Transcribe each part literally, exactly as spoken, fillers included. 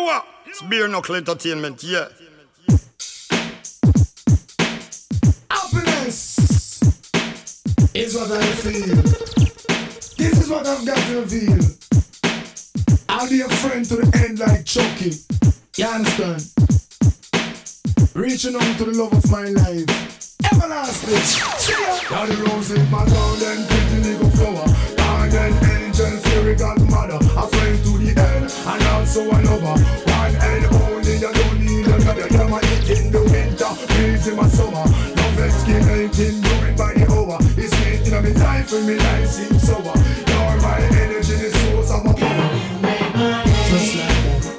know what? It's Beer Knuckle Entertainment, yeah. Happiness is what I feel. This is what I've got to reveal. I'll be a friend to the end like Chucky. You understand? Reaching out to the love of my life. Everlasting. See ya. Now the rose in my garden, pretty little flower. Garden angel, fairy godmother. A friend to the end, and also another. One and only, you don't need another. You're my heat in the winter, breeze in my summer. Love escalating, growing by the hour. It's making of my life and my life seems sober. You're my energy, the source of my power. Just like that.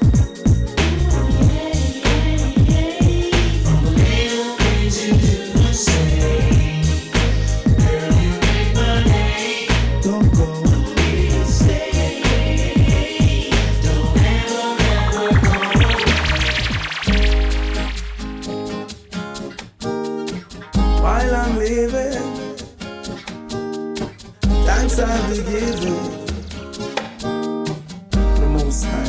Thanks I'll be giving the most high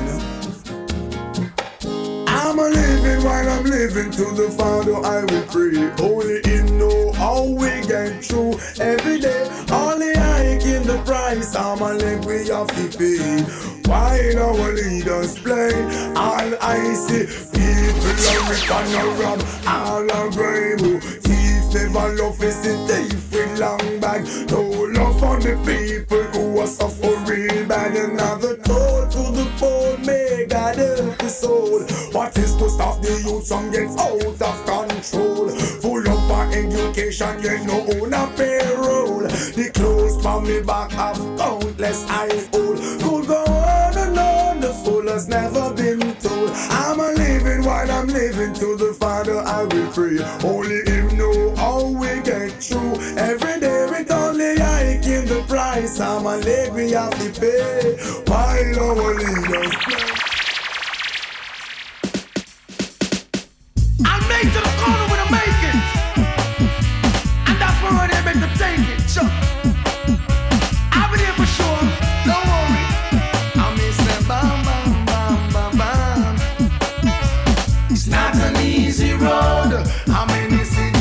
now. I'm a living while I'm living to the Father I will pray. Only Him know how we get through every day. Only I give the price. I'm a leg we have to pay. While our leaders play, all I see people are rich and a rob, all are brave. Never love is the thief with long bag. No love for the people who are suffering bad. Another toll to the poor, may God help the soul. What is to stop the youth from getting out of control? Full up our education, yet no own a payroll. The clothes from me back have countless eyes old. Could go on and on, the fool has never been told. I'm a living while I'm living to the Father I will pray. Only Him know how we get through every day with only I give the price. I'm a leg we have to pay while our leaders play. I'll make to the corner when I make it, and that's where they're meant to take it. Sure. I'll be there for sure. Don't worry. I'm missing bam bam bam bam bam. It's not an easy road. I'm in the city.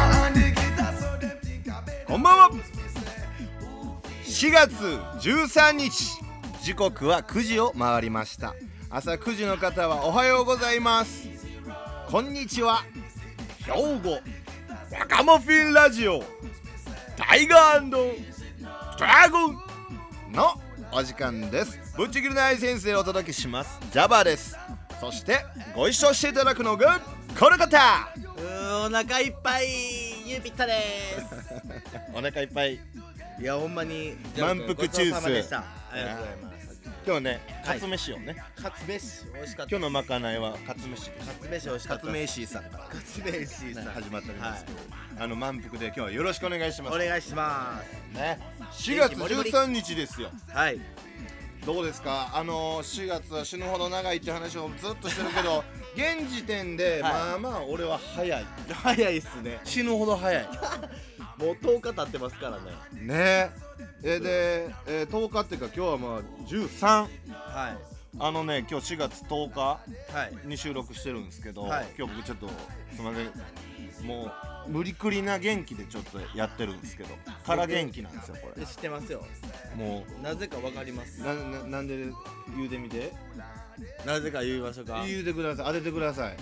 こんばんは。しがつじゅうさんにち、時刻はくじを回りました。朝くじの方はおはようございます。こんにちは。兵庫ワカモフィンラジオタイガー&ドラゴンのお時間です。ぶっちぎりない先生をお届けします。ジャバです。そしてご一緒していただくのがこの方。 うーお腹いっぱいゆうぴったですお腹いっぱい。 いやほんまに満腹ジュース。 ごちそうさまでした。ありがとうございます。 今日ね、カツ飯をね、 カツ飯美味しかった。 今日のまかないはカツ飯です。 カツ飯美味しかった。 カツメイシーさんからカツメイシーさん、 ね、始まっておりますけど、はい、あの満腹で今日はよろしくお願いします。 お願いしますね。しがつじゅうさんにちですよ。 はい。 どうですか。あのしがつは死ぬほど長いって話をずっとしてるけど現時点で、はい、まあまあ俺は早い早いっすね。 死ぬほど早いもうとおか経ってますからね。 ねえで、えー、とおかっていうか今日はまあじゅうさん。 はい。 あのね今日しがつとおかに収録してるんですけど、はい、今日僕ちょっとすみませんもう無理くりな元気でちょっとやってるんですけどから元気なんですよこれ。 知ってますよ。 もうなぜかわかります。 な, な, なんで言うてみて。 なぜか言いましょうか。 言うてください。当ててください。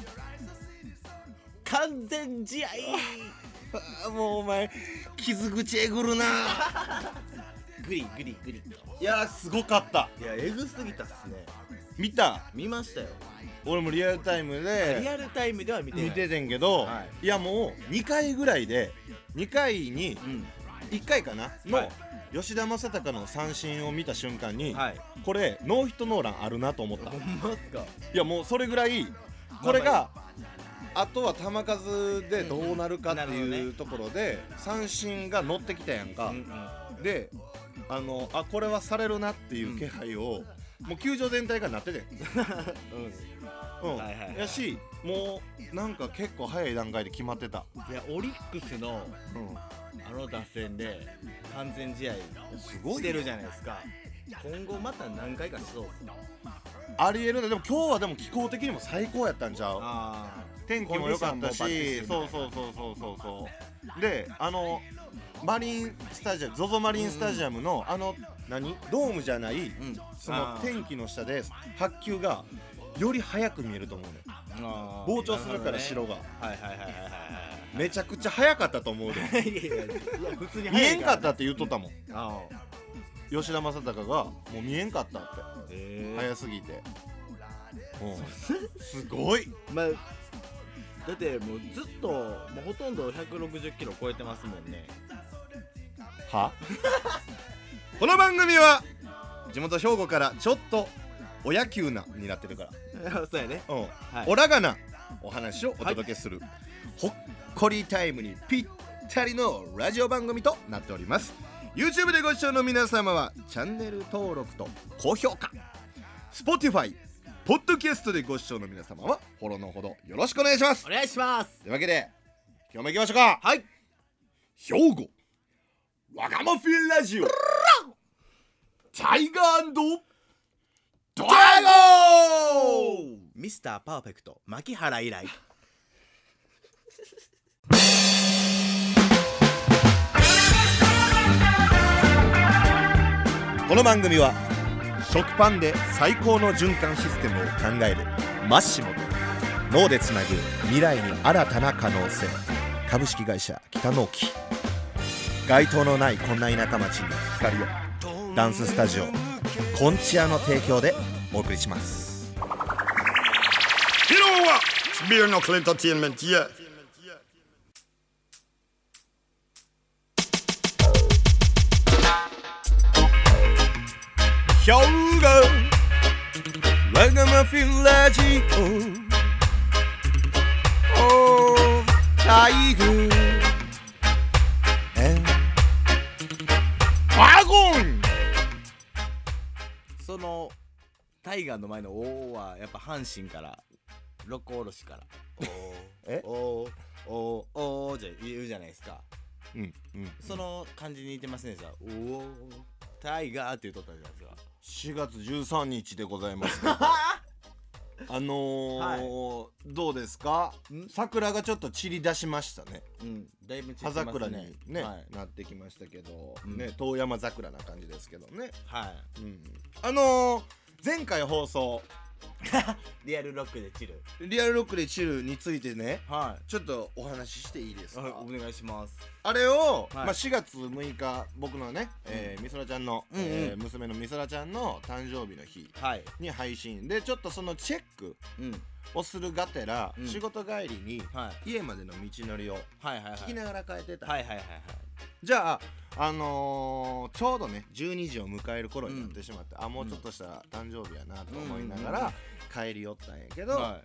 完全試合もうお前傷口えぐるなグリグリグリ。 いやすごかった。 いやえぐすぎたっすね。 見た？ 見ましたよ。 俺もリアルタイムでリアルタイムでは見てない。 見ててんけど、はい、いやもうにかいぐらいでにかいにいっかいかなの、はい、吉田正尚の三振を見た瞬間に、はい、これノーヒットノーランあるなと思った。 ほんまっすか？ いやもうそれぐらいこれがあとは球数でどうなるかっていうところで三振が乗ってきたやんか、うんうん、であのあこれはされるなっていう気配を、うん、もう球場全体がなっててうん、うんはいはいはい、やしもうなんか結構早い段階で決まってた。 いやオリックスの、うん、あの打線で完全試合してるじゃないですか。今後また何回かしそうっすね。 ありえるね。でも今日はでも気候的にも最高やったんちゃう。 あ天気も良かったし、 コンディションもバッチリそうそうそうそうそうそうで、あのマリンスタジアム ゾゾ マリンスタジアムのあの何ドームじゃない、 ーうんその天気の下で白球がより早く見えると思うね。 あー膨張するから白が、 はいはいはいはいはいめちゃくちゃ早かったと思うで。 はいいやいやいや普通に見えんかっったって言っとったもん。 あ吉田正尚がもう見えんかったって、 え早すぎて。うんすごい。 まあだってもうずっともうほとんどひゃくろくじゅっキロ超えてますもんね。 はこの番組は地元兵庫からちょっとお野球なになってるかそうやね。 ら、うんはいおらがなお話をお届けする、ほっこりタイムにぴったりのラジオ番組となっております。 YouTube でご視聴の皆様はチャンネル登録と高評価、 Spotify ポッドキャストでご視聴の皆様はフォローのほどよろしくお願いします。 お願いします。 というわけで今日も行きましょうか。 はい。 兵庫わがまフィンラジオタイガー&ドラゴン。 ミスターパーフェクト牧原以来。 この番組は食パンで最高の循環システムを考えるマッシモと脳でつなぐ未来に新たな可能性株式会社北農機、街灯のないこんな田舎町に光をダンススタジオコンチアの提供でお送りします。 You know what? It's Beer Knuckle Entertainment, yeah. 兵庫わがまフィンラジオオータイグえワゴン。 そのタイガーの前のおーはやっぱ阪神から六甲おろしからえおーおーおーじゃ言うじゃないですか。 うんうんその感じに似てませんでした？おータイガーって言うとったじゃないですか。 しがつじゅうさんにちでございますけどあのーはい、どうですか？桜がちょっと散り出しましたね。 うん、だいぶ散葉ってますね。 桜にね、 はい、 なってきましたけど、 うん、 ね、遠山桜な感じですけどね。 はい、 うん、あのー、前回放送リアルロックでチルリアルロックでチルについてね、 はい、ちょっとお話ししていいですか？ お願いします。 あれを、 はい、 まあ、しがつむいか僕のね、えー、みそらちゃんの、 うんうんえー、娘のみそらちゃんの誕生日の日に配信で、ちょっとそのチェックをするがてら、うん、仕事帰りに、はい、家までの道のりを聞きながら帰ってた。じゃあ、あのー、ちょうどねじゅうにじを迎える頃になってしまって、うん、あもうちょっとしたら誕生日やなと思いながら帰り寄ったんやけど、はい、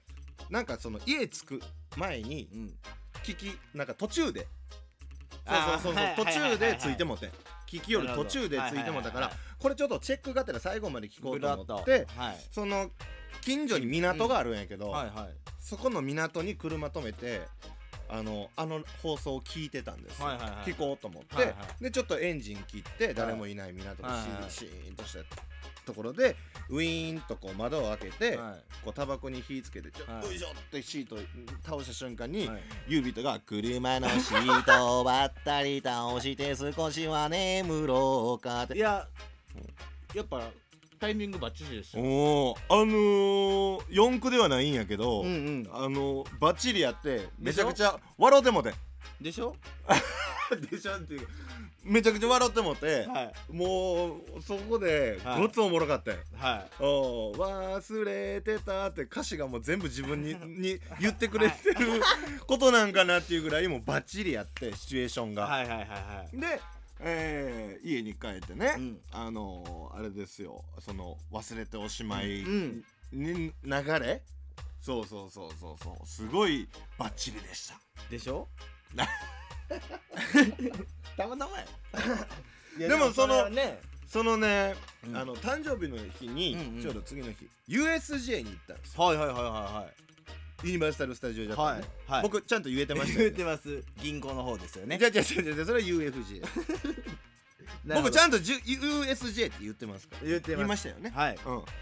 なんかその家着く前に、うん、聞きなんか途中でそうそうそうそう途中で着いてもて聞きよる途中で着いてもだからこれちょっとチェックがてら最後まで聞こうと思って、はい、その近所に港があるんやけど、うんはいはい、そこの港に車止めてあのあの放送を聞いてたんですよ、はいはいはい、聞こうと思って、はいはい、でちょっとエンジン切って誰もいない港がシーンとしたところでウィーンとこう窓を開けて、はい、こうタバコに火つけてちょっと、はい、よいしょってシート倒した瞬間に、はい、ユービットが車のシートをばったり倒して少しは眠ろうかっていや、うん、やっぱタイミングバッチリでした。 おあのー、四駆ではないんやけど、うんうん、あのー、バッチリやってめちゃくちゃ笑うてもてでしょでしょっていうめちゃくちゃ笑ってもて、はい、もうそこでごつおもろかったよ、はい、お忘れてたって歌詞がもう全部自分にに言ってくれてることなんかなっていうぐらいもうバッチリやってシチュエーションがはいはいはいはいでえー、家に帰ってね、うん、あのー、あれですよその忘れておしまいに、うんうん、流れそうそうそうそうそうすごいバッチリでしたでしょたまたまやでもそのねそのね、うん、あの誕生日の日に、うんうん、ちょうど次の日 ユーエスジェー に行ったんですはいはいはいはいはいユニバーサル・スタジオ・ジャパン、ねはいはい、僕ちゃんと言えてました、ね、 言ってます銀行の方ですよねじゃじゃじゃじゃそれは ユーエフジェー 僕ちゃんと ユーエスジェー って言ってますから言ってます言いましたよねはい、 うん、 はい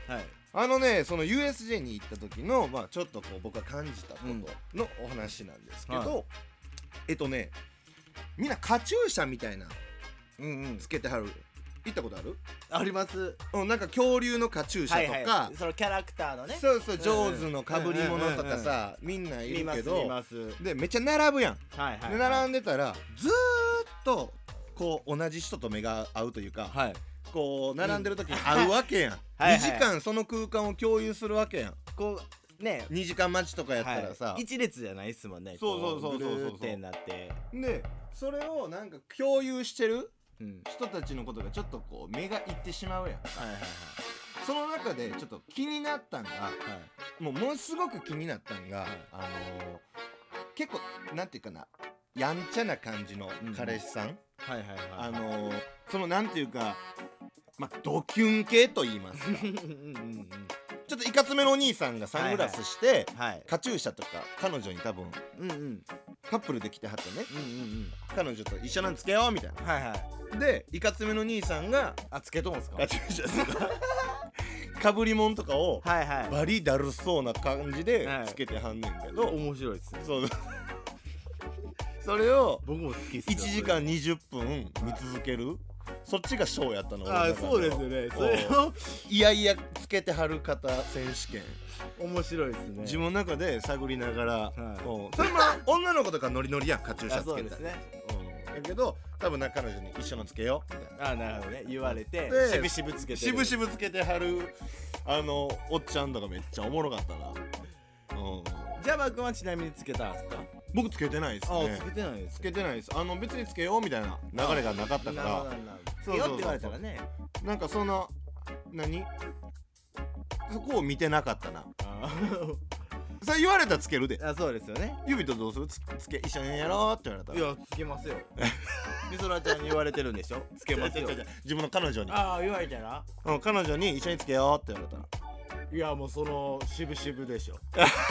あのねその ユーエスジェー に行った時のまあちょっとこう僕が感じたことのお話なんですけど、 はいえっとねみんなカチューシャみたいなうんうんつけてはる。行ったことある？ あります。 うんなんか恐竜のカチューシャとか、 はいはい、そのキャラクターのねそうそうジョーズの被り物とかさみんないるけど見ます見ますでめっちゃ並ぶやん。 はいはい、はい、 で並んでたらずーっとこう同じ人と目が合うというか、 はいこう並んでる時に会うわけやん。 はいはいにじかんその空間を共有するわけやん。 こうねにじかん待ちとかやったらさ、 はい、一列じゃないっすもんね。 そうそうそうそうそうこぐるーってなってでそれをなんか共有してるうん人たちのことがちょっとこう目がいってしまうやん。 はいはいはいその中でちょっと気になったんがはいもうものすごく気になったんが、 はいあのー、結構なんていうかなやんちゃな感じの彼氏さん、 はいはいはいあのー、そのなんていうかまあドキュン系と言いますかうんうんうんちょっといかつめのお兄さんがサングラスして、 はいカチューシャとか彼女に多分うんうんカップルで来てはってねうんうんうん彼女と一緒なんつけようみたいはいはいなでいかつめの兄さんがあつけとんすかカチューシャとかかぶりもんとかをはいはいバリだるそうな感じではいつけてはんねんけど、 面白いっすね。 そうそれを僕も好きっすよいちじかんにじゅっぷん見続けるそっちがショーやったのあ俺の中そうですよね。それをいやいやつけてはる方選手権面白いですね。 自分の中で探りながら、 はいうんそれも女の子とかノリノリやんカチューシャあつけたりそうですね。 うんだけど多分な彼女に一緒のつけようみたいなあなるほどね言われてでしぶしぶつけてる。 しぶしぶつけてはるあのおっちゃんとかめっちゃおもろかったな、うん、 ジャバ君はちなみにつけたんすか？ 僕つけてないですあねつけてないですつ。けてないですあの別につけようみたいな流れがなかったからなるほどなるほそうそうそうどつけようって言われたらね。 なんかその何そこを見てなかったなあそれ言われたらつけるであそうですよね。 指とどうするつつけ一緒にやろうって言われたらいやつけますよ。みそらちゃんに言われてるんでしょ？つけますよ違う違う違う。自分の彼女にああ言われたら？ うん彼女に一緒につけようって言われたらいやもうそのしぶしぶでしょ。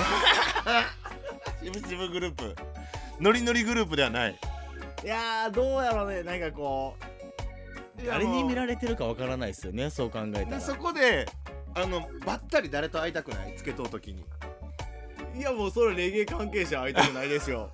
しぶしぶグループノリノリグループではないいやーどうやろうねなんかこう誰に見られてるかわからないですよねそう考えたら。 でそこであのばったり誰と会いたくないつけとう時にいやもうそれレゲエ関係者会いたくないでしょ。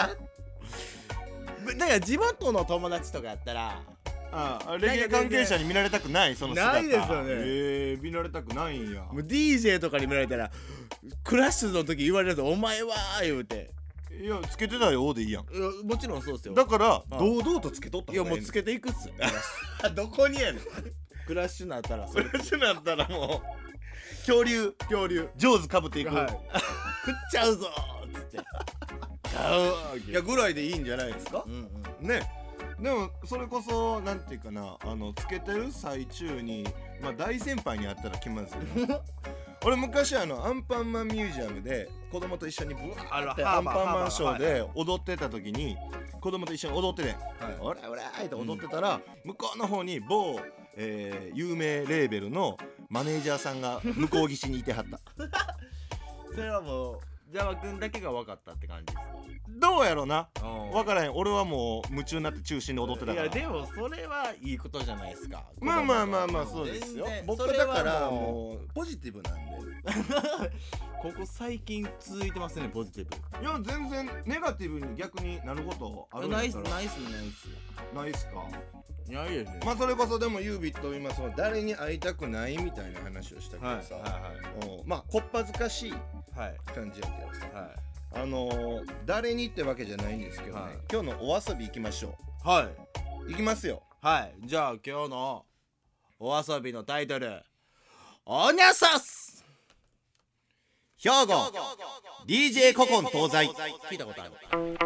だから地元の友達とかやったらああレゲエ関係者に見られたくないその姿ないですよねえー、見られたくないんやもう ディージェー とかに見られたらクラッシュの時言われるとお前はー言うていやつけてたよでいいやんいやもちろんそうですよ。 だからあ堂々とつけとったいやもうつつけていくっすよ。 けどこにやねんクラッシュなったらそそれれってなったらもう恐竜恐竜上手かぶっていく、 はい食っちゃうぞーっつっていやぐらいでいいんじゃないですかう、んうんねでもそれこそなんていうかなあのつけてる最中にまあ大先輩に会ったら気まずいな俺昔あのアンパンマンミュージアムで子供と一緒にブワーってアンあのハーバーパンマンショーハーで踊ってた時に子供と一緒に踊っててはいオラオラーって踊ってたら向こうの方に某、えー有名レーベルのマネージャーさんが向こう岸にいてはったそれはもうジャワ君だけが分かったって感じですか？ どうやろなうん分からへん俺はもう夢中になって中心で踊ってたからいやでもそれはいいことじゃないですか。 まあまあまあまあそうですよ全然僕それはだからももうポジティブなんでうここ最近続いてますねポジティいや全然ネガティブに逆になることあるブ。 んですからナイスナイスナイス。 ないっすかいやいやいや。 まあそれこそでもユービット今その誰に会いたくないみたいな話をしたけどさ、 はうんまあこっぱずかしいいはい感じやけどさはいあのー、誰にってわけじゃないんですけどね、 はい今日のお遊び行きましょはいはう行きますよいはいじゃあ今日のお遊びのタイトルおにゃさす兵庫 ディージェー 古今東西聞いたことある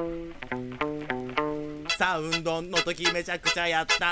サウンドの時めちゃくちゃやった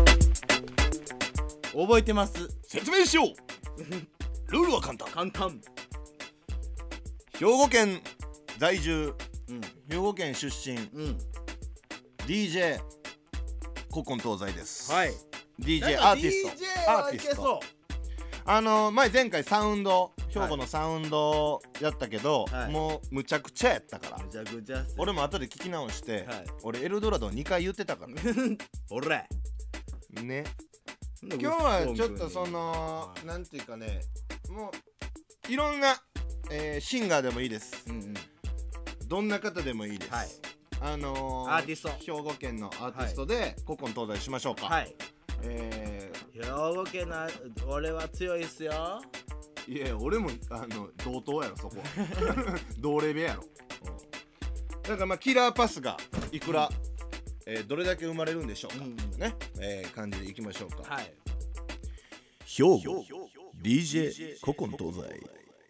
覚えてます説明しようルールは簡単簡単兵庫県在住うん兵庫県出身 デうんィージェー 古今東西ですはいディージェー アーティストディージェーアーはいけティストそあの前前回サウンド兵庫のサウンドやったけど、 はいもうむちゃくちゃやったからうめちゃくちゃっす俺も後で聞き直して、 はい俺エルドラドにかい言ってたからおらね今日はちょっとそのなんていうかねもういろんな、えー、シンガーでもいいです、 うんうん、 どんな方でもいいです、はい、あのー、 アーティスト兵庫県のアーティストで古今東西しましょうか。はい、えー、 兵庫県の俺は強いっすよ。 いや俺もあの同等やろそこ同レベやろ、うん、だからまあキラーパスがいくら、うん、えー、どれだけ生まれるんでしょうか、うん、ね、えー、感じでいきましょうか。はい、兵庫 ディージェー 古今東西。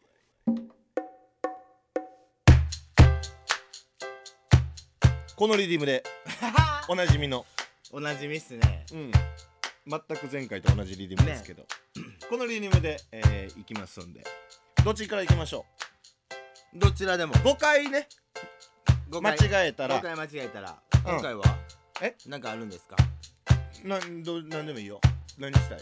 このリズムでおなじみのおなじみっすね。 うん、全く前回と同じリズムですけど、ね、このリズムで、えー、いきますんで、どっちからいきましょう。どちらでもごかいね、ごかい間違えたらごかい間違えたら、うん、今回はえなんかあるんですか。 などなんでもいいよ。何したい。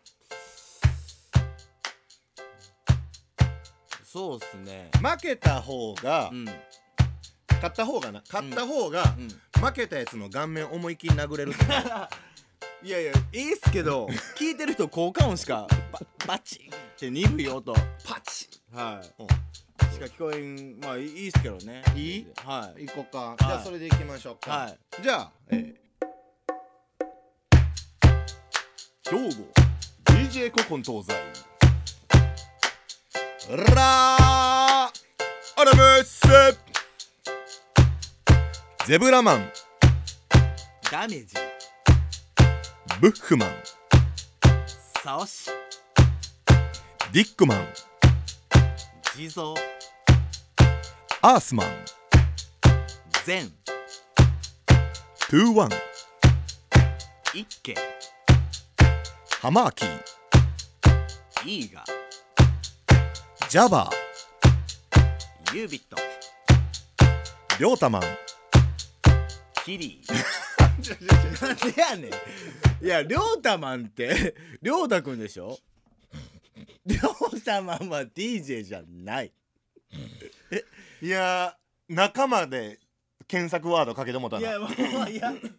そうっすね、 負けた方が、うん、勝った方がな勝った方が、うんうん、負けたやつの顔面思いっきり殴れるっていやいやいいっすけど聞いてる人効果音しかバ, バチンって鈍い音パチン、 はい、うん、しか聞こえん。まあいいっすけどね。 いい？ はい、 行こうか、はい、じゃあそれでいきましょうか。はい、じゃあ、えー、兵庫 ディージェー 古今東西ラーアラムスゼブラマンダメージブッフマンサオシディックマン地蔵アースマンゼントゥーワンイッケハマーキーイーガジャバーユービットリョータマンキリーなんでやねん。いやリョータマンってリョータくんでしょ。リョータマンは ディージェー じゃない。 えいや仲間で検索ワードかけてもたな。 いやもういやい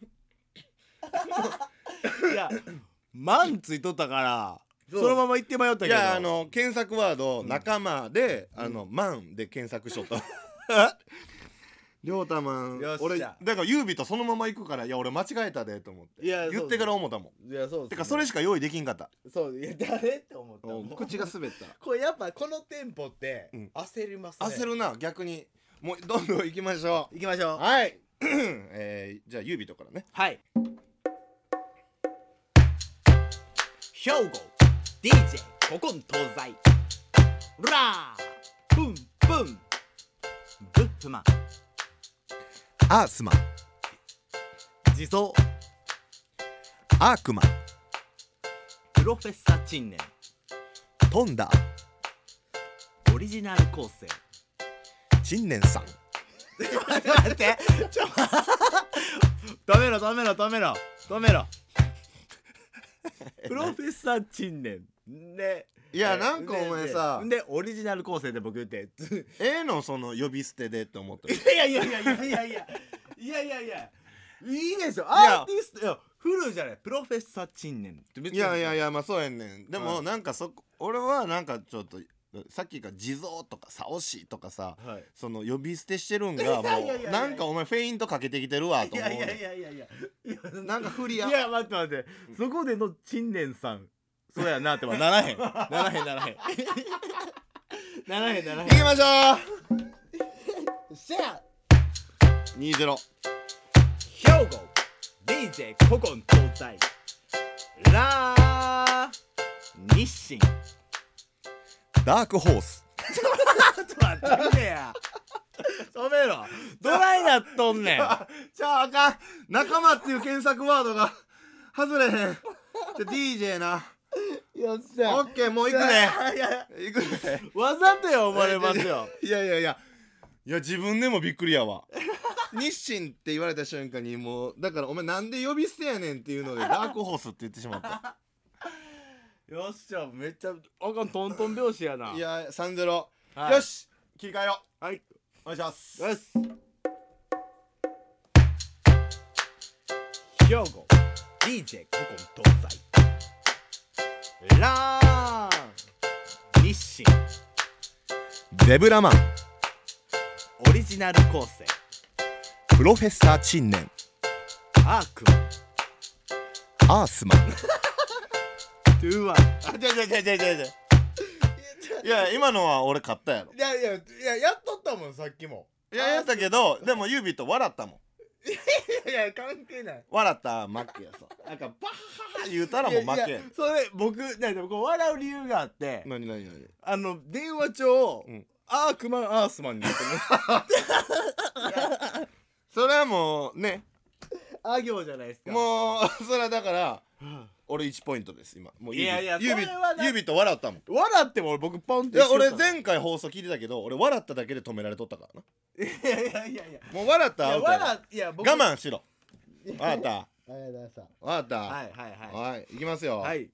やマンついとったからそのまま言って迷ったけど。いやあの検索ワード、うん、仲間で、うん、あのマンで検索しとったりょうたマン俺だからユービとそのまま行くから、いや俺間違えたでと思って、いや言ってから思ったもん。 いやそう、ね、 てかそれしか用意できんかった。 そういや誰って思ったもん。 口が滑ったこれやっぱこのテンポって焦りますね、 うん、焦るな逆に。もうどんどん行きましょう行きましょう。 はい、えー、じゃあユービとからね。 はい、兵庫 ディージェー 古今東西ラープンプンブッフマンアースマン地蔵アークマンプロフェッサーチンネントンダオリジナル構成チンネンさん待って待ってちょ止めろ止めろ止めろ止めろプロフェッサーチンネンでいやなんかお前さでオリジナル構成で僕言ってええのその呼び捨てでって思った。 いやいやいやいやいやいやいやいやいやいやいいでしょアーティスト。いやフルじゃないプロフェッサーチンネンって別に。 いやいやいやまあそうやんねん。でもなんかそ俺はなんかちょっとさっきから地蔵とかサオシとかさ、はい、その呼び捨てしてるんがもうなんかお前フェイントかけてきてるわと思う。 いやいやいやいやいやなんか不利や。 いや待って待ってそこでのチンネンさんそうやなってはならへんならへんならへんならへんならへん。 行きましょうシェアにたいゼロ兵庫 ディージェー 古今東西ラー日清ダークホースちょっと待ってくれや止めろどないなっとんねんじゃああかん仲間っていう検索ワードが外れへん。じゃ ディージェー なよっしゃオッケーもう行くね行くね。 わざとや思われますよ。 いやいやいやいや自分でもびっくりやわ日清って言われた瞬間にもうだからお前なんで呼び捨てやねんっていうのでダークホースって言ってしまったよっしゃめっちゃあかんトントン拍子やな。 いや さんたいゼロ、はい、よし切り替えよう。はいお願いします。 よし兵庫 ディージェー 古今東西ラー日日清ゼブラマン、 オリジナル構成プロフェッサー陳年、 アークアースマン。 トゥーワン。 あ、違う違う違う違う違う。いや、今のは俺買ったやろ。 いやいやいや、やっとったもんさっきも。 いや、やったけど、でもユービット笑ったもん。 いやいや関係ない。 笑った負けやさ。なんかバッハハ言うたらもう負けや。 それ僕なんかこう笑う理由があって、 なになになに。 あの電話帳、 うん、 アークマンアースマンになってます。 それはもうね、 あ行じゃないですか。 もうそれはだから俺いちポイントです今。もういやいやユービそれはなユービット笑ったもん。 笑っても俺僕ポンっていや俺前回放送聞いてたけど、俺笑っただけで止められとったからな。 いやいやいやいやもう笑ったらアウトや。 笑いや僕我慢しろ。分かったありがとうございました。 分かった。 はいはいはいはい、いきますよ。 はい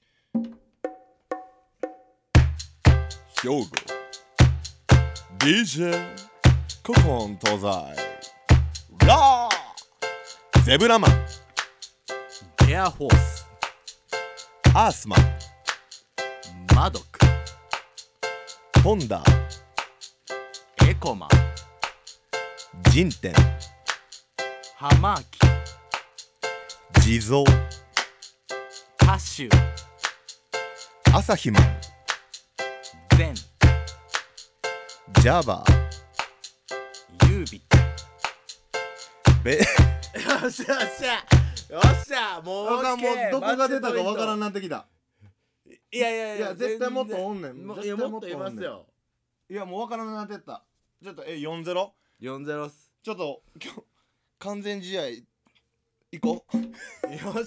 兵庫 ディージェー 古今東西ラーゼブラマン、 エアフォース、 アースマン、 マドク、 ホンダ、 エコマン、 ジンテン、 ハマーキ、 地蔵、 カシュー、 朝日マン、 ゼン、 ジャバユービット。 ベよっしゃよっしゃよっしゃもうあかん、もう OK どこが出たかわからんなってきた。 いやいやいやいや絶対もっとおんねんも絶いやもっと対もっとおんねんいますよ。 いやもうわからんなってった。ちょっとえよんゼロ。 よんゼロっす。 ちょっと今日完全試合行こう。 よし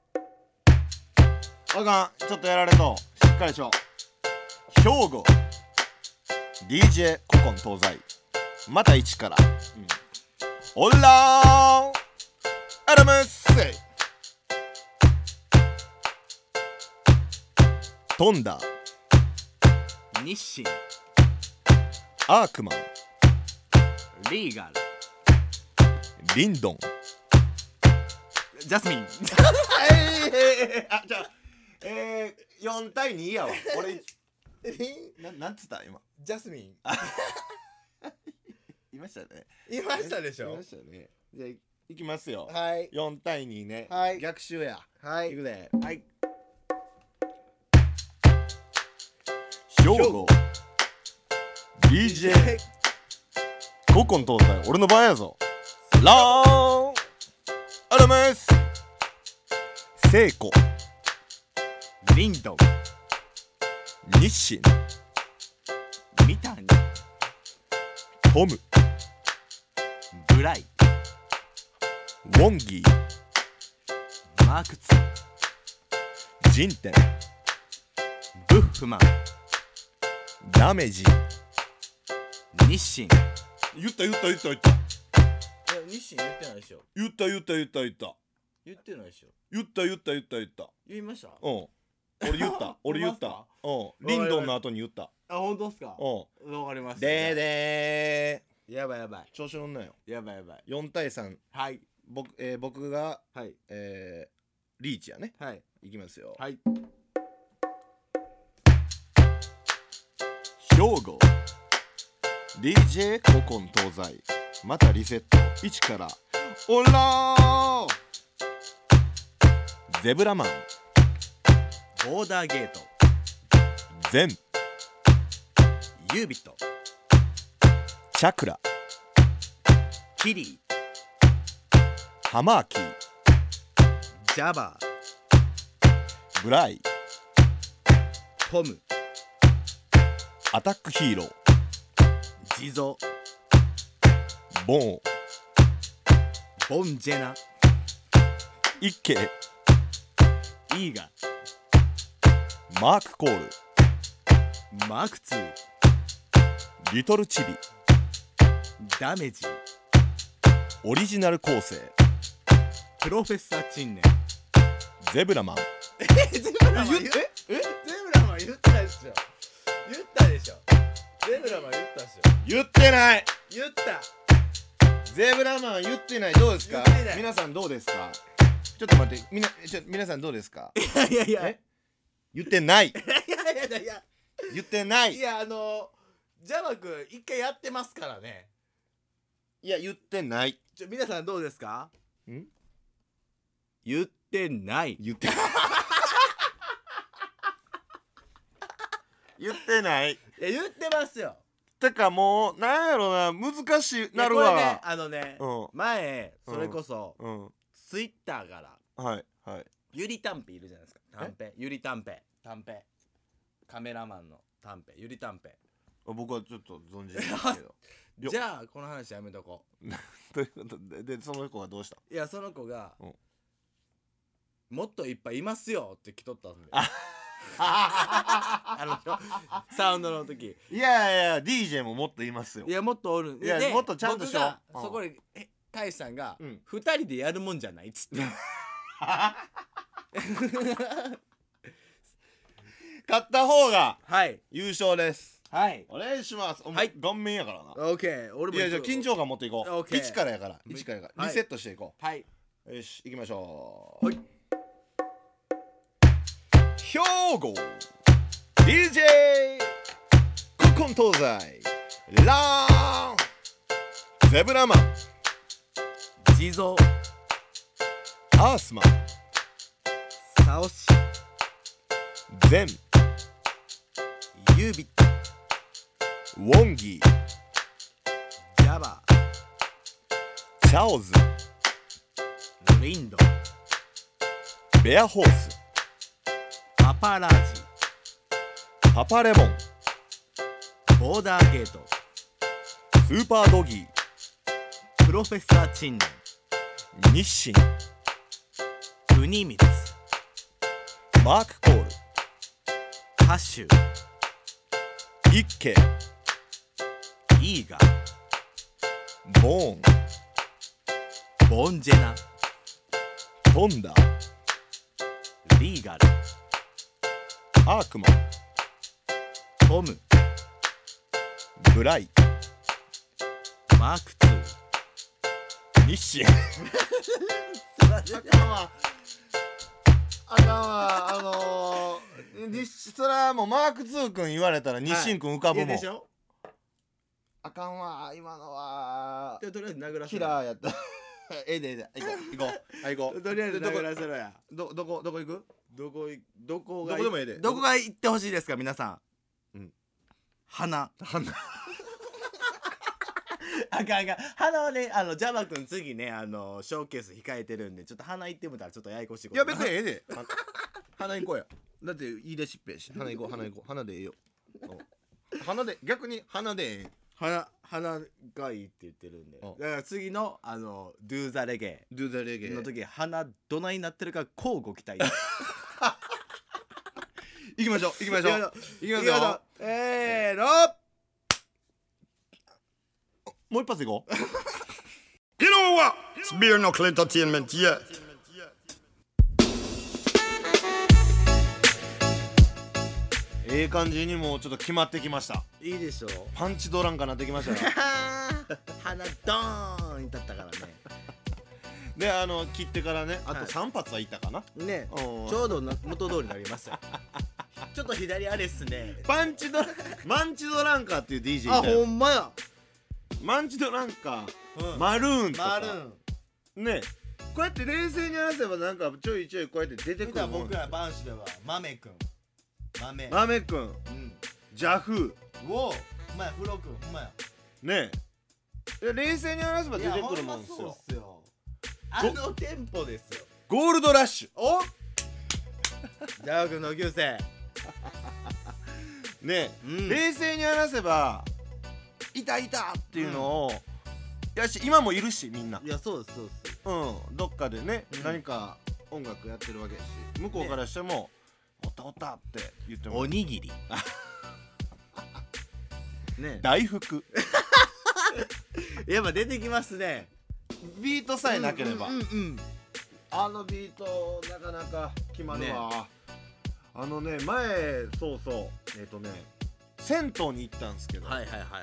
あかん、ちょっとやられとしっかりしろ。兵庫 ディージェー 古今東西また一から、うん、オラーアラムッセイトンダ日清、 アークマン、 リーガリンドン、 ル、ジャスミン。 えー、あ、じゃあえー、よんたいにやわ。俺な、なんつった今。 ジャスミン。 いましたね。 いましたでしょいま。したね。じゃあいきますよ。 はいよんたいにね。 はい逆襲や。 はいいくで。 はい兵庫 ディージェー 古今東西俺の番やぞ。ラーンアラメス聖子リンドン、 日清ミタニ、 トムブライ、 ウォンギーマークツジンテンー、ブッフマン、 ダメージ。 日清。 言った言った言った言ったえ、日清言ってないでしょ。 言った言った言った言った言ってないでしょ。 言った言った言った言った言いました。 うん俺言った俺言ったうんリンドンの後に言ったあ、本当っすか。 うんわかりました。 でーでやばいやばいー調子乗んなよ。 やばいやばい。 よんたいさんはい僕、えー、僕が、 はいえー、リーチやね。 はいいきますよ。 はい兵庫 ディージェー 古今東西またリセットいちからオラーゼブラマンボーダーゲート、 ゼンユービット、 チャクラキリハマーキーー、ジャバブライー、トム、 アタックヒーロージゾ、 ボンボンジェナ、 イッケイーガ、 マークコールマークツー、 リトルチビダメージ、 オリジナル構成プロフェッサーチンネン。 ゼブラマンえ、ゼブラマン言ってえゼブラマン言ったでしょ。言ったでしょ。ゼブラマン言ったでしょ。 言ってない言ったゼブラマン言ってない。どうですか言ってない皆さんどうですか。ちょっと待ってみなちょ皆さんどうですか。 いやいやいやえ言ってないいやいやいやいや言ってないいやあのジャマくん一回やってますからね。 いや言ってないちょ皆さんどうですか？ ん言ってない言って言ってないいや言ってますよ。 てかもうなんやろな難しいなるいやこれねわあのね、 うん前それこそ、 うんツイッターからはいはいゆりたんぺいるじゃないですか。たんぺゆりたんぺたんぺカメラマンのたんぺゆりたんぺ。 僕はちょっと存じないですけどよじゃあこの話やめとこう。 ということででその子はどうしたいやその子が、 うんもっといっぱいいますよって来とったんであのサウンドの時いやいや ディージェー ももっといますよいやもっとおるんいやでもっとちゃんとしよう僕がうんそこでえ大志さんが、 うん二人でやるもんじゃないっつって勝った方がはい優勝ですはいお願いしますおはい顔面やからなオッケー俺もいやじゃあ緊張感持っていこうオッケー一からやから一からやからはいリセットしていこはい、 うよし行きましょうはい兵庫 ディージェー 古今東西ラーンゼブラマン地蔵アースマンサオシゼンユービッウォンギジャバチャオズリンドベアホースパパラージパパレモンボーダーゲートスーパードギプロフェッサーチンネー日清ンウニミツマークコールハッシュイッケイーガボーンボンジェナトンダリーガルアークマントムブライマークツー日清あかんわあかんわあのー、日そらもうマークツー君言われたら日清君浮かぶもん、 いやでしょあかんわ今のはでとりあえず殴らせキろラーやったええでええで行こう行こうはい行こうとりあえずどこ殴らせろやどどこどこ行くどこいどこがどこでもええでどこが行ってほしいですか皆さん。 うん鼻鼻あかんあかん鼻はねあのジャマくん次ねあのショーケース控えてるんでちょっと鼻行ってみたらちょっとややこしいこといや別にええでは鼻行こうやだって言い出しっぺやし鼻行こう鼻行こう鼻でええようん鼻で逆に鼻でええ鼻鼻がいいって言ってるんでだうんから次のあのドゥーザレゲドゥザレゲーの時鼻どないになってるかこうご期待行きましょう行きましょう行きますよえーのもう一発行こう You know what? It's Beer Knuckle Entertainment, yeah. ええ感じにもうちょっと決まってきましたいいでしょうパンチドランカーなってきましたよ鼻ドーンに立ったからねであの切ってからねあとはいさん発はいったかな、 ねうんちょうどな元通りになりましたよちょっと左あれっすねパンチドラマンチドランカーっていう ディージェーあいたよほんまやマンチドランカー、 うんマルーンとかマルーンねこうやって冷静に話せばなんかちょいちょいこうやって出て見くるもんた僕らバンシでは豆くん豆豆くんうんジャフうおうまやフロくんほんまやねえ冷静に話せば出てくるもんですいやほんまそうよっすよあのテンポですよゴールドラッシュおジャワ君の同級生ねえ、 うん冷静に話せばいたいたっていうのを、やし今もいるしみんないやそうですそうですうんどっかでね、 うん何か音楽やってるわけやし向こうからしても、おったおったって言ってもおにぎりね大福やっぱ出てきますねビートさえなければ、 うんうんうんうんあのビートなかなか決まるわ、あのね前そうそうえっ、ー、とね銭湯に行ったんですけど、 はいはいはいはい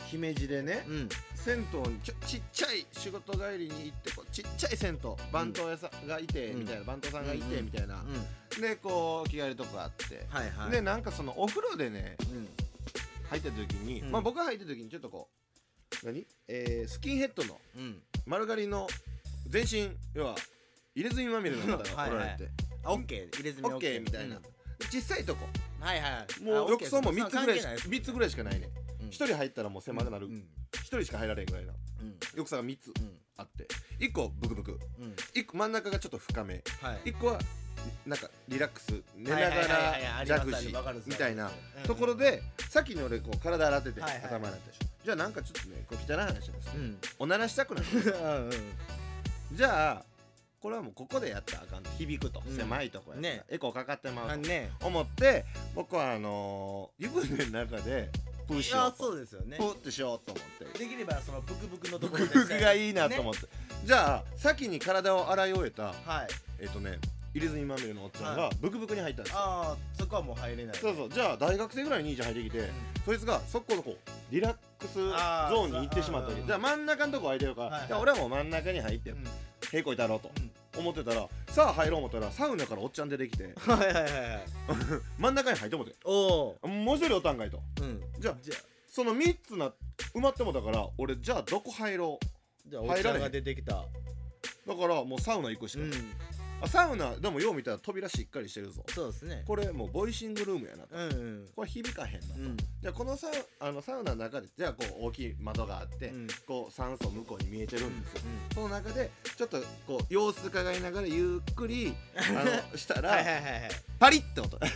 姫路でね、 うん、 銭湯にち, ちっちゃい仕事帰りに行ってこうちっちゃい銭湯番頭屋さんがいて、うん、みたいな番頭さんがいて、うん、みたいな、うん、でこう着替えるとこあって、はいはい、でなんかそのお風呂でね、うん、入った時に、うん、まあ僕が入った時にちょっとこう何、えー、スキンヘッドの丸刈りの全身要は入れ墨まみれの方がおられてオッケー入れ墨オッケーみたいな、うん、小さいとこはいはいもう浴槽もみっつぐらいみっつぐらいしかないね、うん、ひとり入ったらもう狭くなる、うん、ひとりしか入られんぐらいな、うん、浴槽がみっつあって、いっこブクブク、うん、いっこ真ん中がちょっと深め、はい、いっこはなんかリラックス寝ながらジャグジーみたいなところで先に俺こう体洗ってて、はいはい、頭洗ってでしょ。じゃあなんかちょっとねこう汚い話なんですよ、うん、おならしたくなるうん、うん、じゃあこれはもうここでやったらあかんと響くと、うん、狭いとこやから、ね、エコーかかってまうと、ね、思って僕はあのー、湯船の中でプーしようそうですよね、 プーってしようと思ってできればそのブクブクのところでブクブクがいいなと思って、ね、じゃあ先に体を洗い終えた、はい、えっ、ー、とね入れ墨まみれのおっちゃんがブクブクに入ったんですよ、 ああそこはもう入れない、ね、 そうそうじゃあ大学生ぐらいに兄ちゃん入ってきて、うん、そいつがそこのこうリラックスゾーンに行ってしまったりじゃあ真ん中のとこ空いてるから、はいはい、じゃあ俺はもう真ん中に入って、うん、へいこいたろうと、うん、思ってたらさあ入ろう思ったらサウナからおっちゃん出てきてはいはいはいはい真ん中に入ってもておおもう一人おったんかいと、うん、じゃあそのみっつな埋まってもだから俺じゃあどこ入ろうじゃあおっちゃんが出てきただからもうサウナ行くしかない、うんあサウナでもよう見たら扉しっかりしてるぞそうですねこれもうボイシングルームやなと、うんうん、これ響かへんなと、うん、じゃあこのサウ、あのサウナの中でじゃあこう大きい窓があって、うん、こう酸素向こうに見えてるんですよ、うん、その中でちょっとこう様子伺いながらゆっくりあのしたらはいはいはい、はい、パリッって音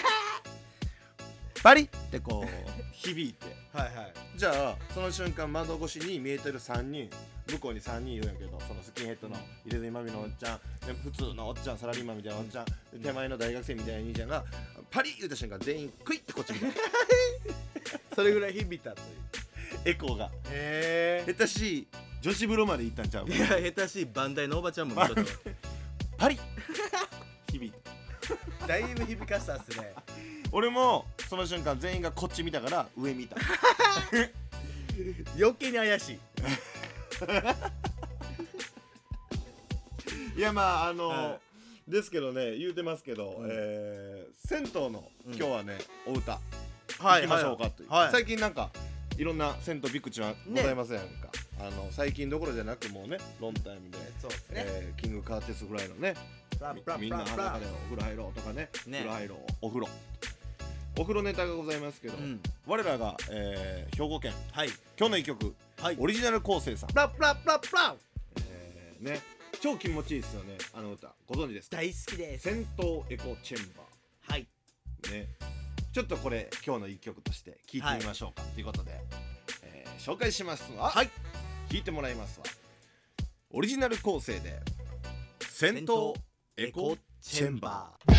パリッってこう響いてはい、はい、じゃあその瞬間窓越しに見えてるさんにん向こうにさんにんいるんやけどそのスキンヘッドの入れ墨まみのおっちゃんで普通のおっちゃんサラリーマンみたいなおっちゃんで手前の大学生みたいな兄ちゃんがパリッ言った瞬間全員クイッてこっち見たそれぐらい響いたというエコーがへえ下手しい女子風呂まで行ったんちゃういや下手しいバンダイのおばちゃんもちょっとパリッ響いただいぶ響かしたっすね俺もその瞬間全員がこっち見たから上見た余計に怪しいいやまああのーはい、ですけどね言うてますけど、うんえー、銭湯の今日はね、うん、お歌行きましょうかという、はいはい、最近なんかいろんな銭湯ビクチはございませんか、ね、あの最近どころじゃなくもうねロンタイムで、そうですねえー、キングカーテスぐらいのねみんな裸でお風呂入ろうとか ね, ね風呂入ろうお風呂お風呂ネタがございますけど、うん、我らが、えー、兵庫県、はい、今日の一曲、はい、オリジナル構成さんプラプラプラプラ、 えー、ね超気持ちいいですよねあの歌ご存知ですか大好きです銭湯エコチェンバーはいねちょっとこれ今日の一曲として聴いてみましょうか、はい、ということで、えー、紹介しますわはい聴いてもらいますわオリジナル構成で銭湯エコチェンバー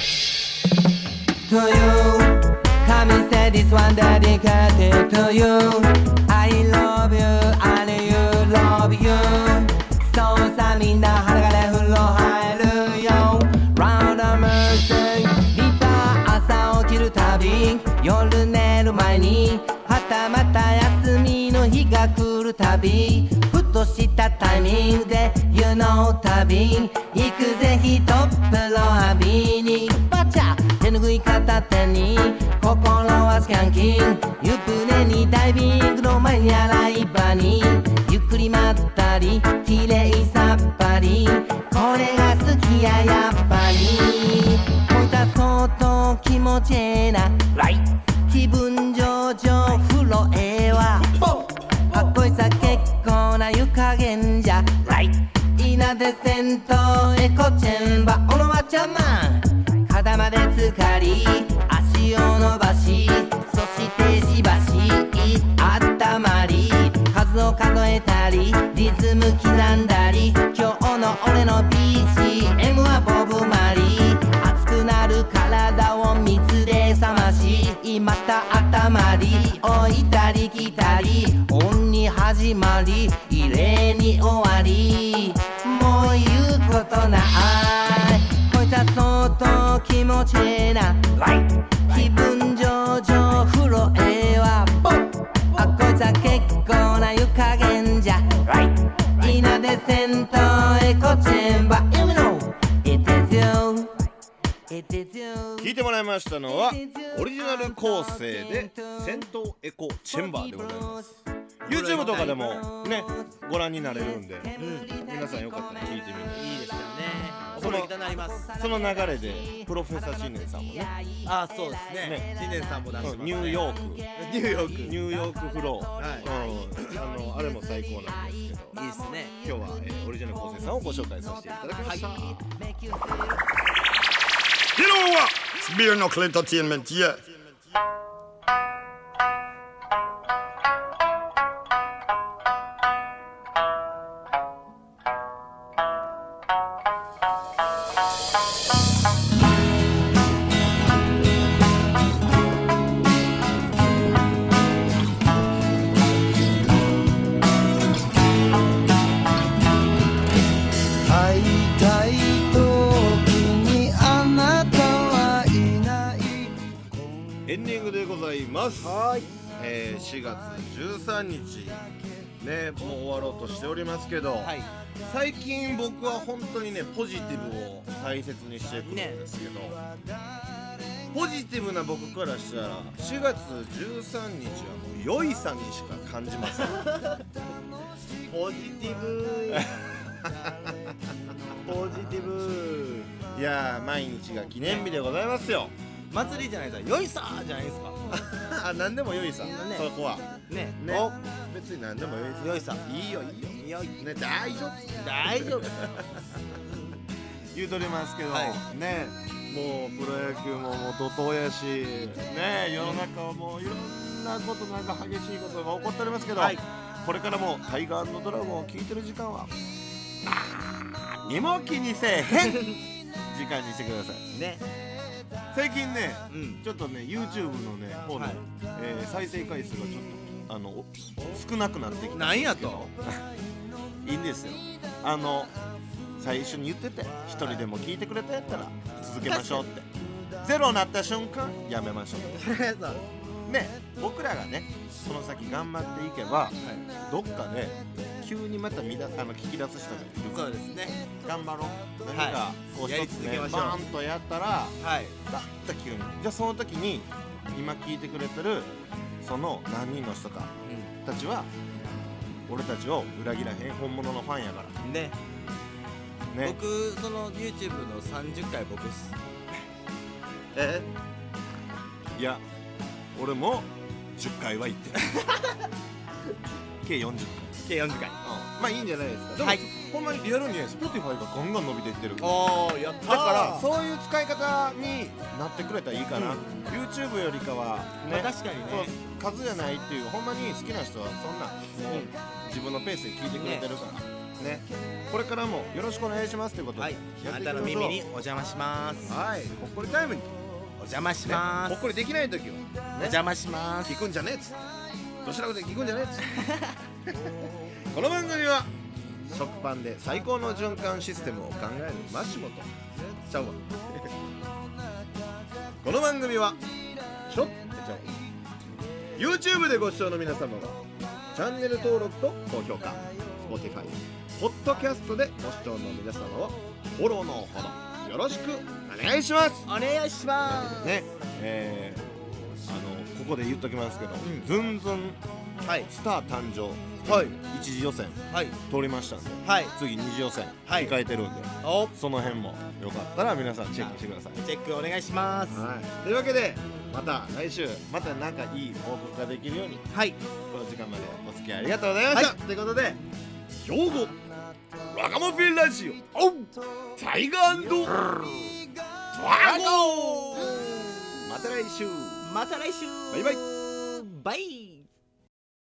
To you, come and say this one dedicated to you. I love you, and you love you. そうさみんな裸で風呂入るよ。Round the mercy, リター朝起きるたび、夜寝る前に、はたまた休みの日が来るたび、ふとしたタイミングで You know 旅、行くぜひとっ風呂浴びに。バチャ手ぬぐい片手に心はスキャンキン湯船にダイビングの前に洗い場にゆっくりまったりきれいさっぱりこれが好きややっぱりこいた相当気持ちええな気分上々風呂ええわあこいさ結構な湯加減じゃ稲で銭湯エコチェンバおのわちゃまん肩まで浸かり足を伸ばしそしてしばしあったまり数を数えたりリズム刻んだり今日の俺の ビージーエム はボブマリー熱くなる体を水で冷ましまた頭り置いたり来たりオンに始まり異例に終わりもう言うことないこいつは相当気持ちええな気分上々風呂ええわあこいゃ結構な湯加減じゃ稲で戦闘エコチェンバー You know it is you it is you 聞いてもらいましたのはオリジナル構成で戦闘エコチェンバーでございます。 YouTube とかでもねご覧になれるんで、うん、皆さんよかったら聞いてみて。 いいですよね。お風呂行きたくなります。 その流れでプロフェッサー新年さんもね、 あそうですね。新年さんも出してますね。 ニューヨークニューヨークニューヨークフロー、 はいうん、あのあれも最高なんですけど、 いいですね。 今日は、えー、オリジナル構成さんをご紹介させていただきました。 はい You know what? It's Beer Knuckle Entertainment, yeah. エンディングでございます。 はい、 えー、しがつじゅうさんにちね、もう終わろうとしておりますけど、はい、最近僕は本当にねポジティブを大切にしていくんですけど、ね、ポジティブな僕からしたらしがつじゅうさんにちはもう良いさにしか感じません。 ポジティブポジティブ。 いやー毎日が記念日でございますよ。 祭りじゃないですか。よいさーじゃないですか。 あ、何でもよいさ、 ね、 そこはねね、別に何でもよいさ。 よいさいいよいいよいいよね、大丈夫大丈夫言うとりますけど、 はい、 ね、もうプロ野球ももう怒涛やしね、世の中はもういろんなことなんか激しいことが起こっておりますけど、はい、これからもタイガー&ドラゴンを聞いてる時間は何も気にせえへん時間にしてくださいね。 最近ね、 うん、 ちょっとね YouTube のね方の、はい、えー、再生回数がちょっとあの少なくなってきた。 なんやといいんですよ。あの最初に言ってて一人でも聞いてくれたやったら続けましょうってゼロになった瞬間やめましょうってね、僕らがねその先頑張っていけば、はい、どっかで急にまたみだあの聞き出す人がいる。 そうですね。 頑張ろう。何かこう一つねバーンとやったら、 はい、 だった急にじゃあその時に今聞いてくれてるその何人の人か、うん、たちは俺たちを裏切らへん本物のファンやからね。 ね、 僕その YouTube のさんじゅっかい僕っす。 えいや俺もじゅっかいは行ってる計よんじゅっかい計よんじゅっかい、うん、 まあいいんじゃないですか。でも、はい、ほんまにリアルに Spotify がガンガン伸びていってる。 おーやったー。 だからそういう使い方になってくれたらいいかな、うん、YouTube よりかはね、 まあ、確かにね数じゃないっていう、ほんまに好きな人はそんな、うん、自分のペースで聞いてくれてるからね、ね、これからもよろしくお願いしますということで、はい、 あなたの耳にお邪魔します。 はい、ほっこりタイムにお邪魔します、 ね、ほっこりできない時は、ね、 お邪魔します。 聞くんじゃねえっつってどちらかで聞くんじゃねえっつってこの番組は食パンで最高の循環システムを考えるマシモトちゃうわこの番組はちょっちゃう YouTube でご視聴の皆様はチャンネル登録と高評価 Spotify、ポッドキャストでご視聴の皆様はフォローのほどよろしくお願いします。 お願いしますね、えー、あのここで言っときますけど、うん、ズンズン、はい、スター誕生、はい、一次予選、はい、通りましたんで、はい、次二次予選、はい、控えてるんで、その辺もよかったら皆さんチェックしてください。 チェックお願いします、 はい、というわけでまた来週またなんかいい報告ができるように、はい、この時間までお付き合いありがとうございました、はい、ということで兵庫ラガマフィンラジオタイガー&ドラゴンまた来週また来週バイバイバイ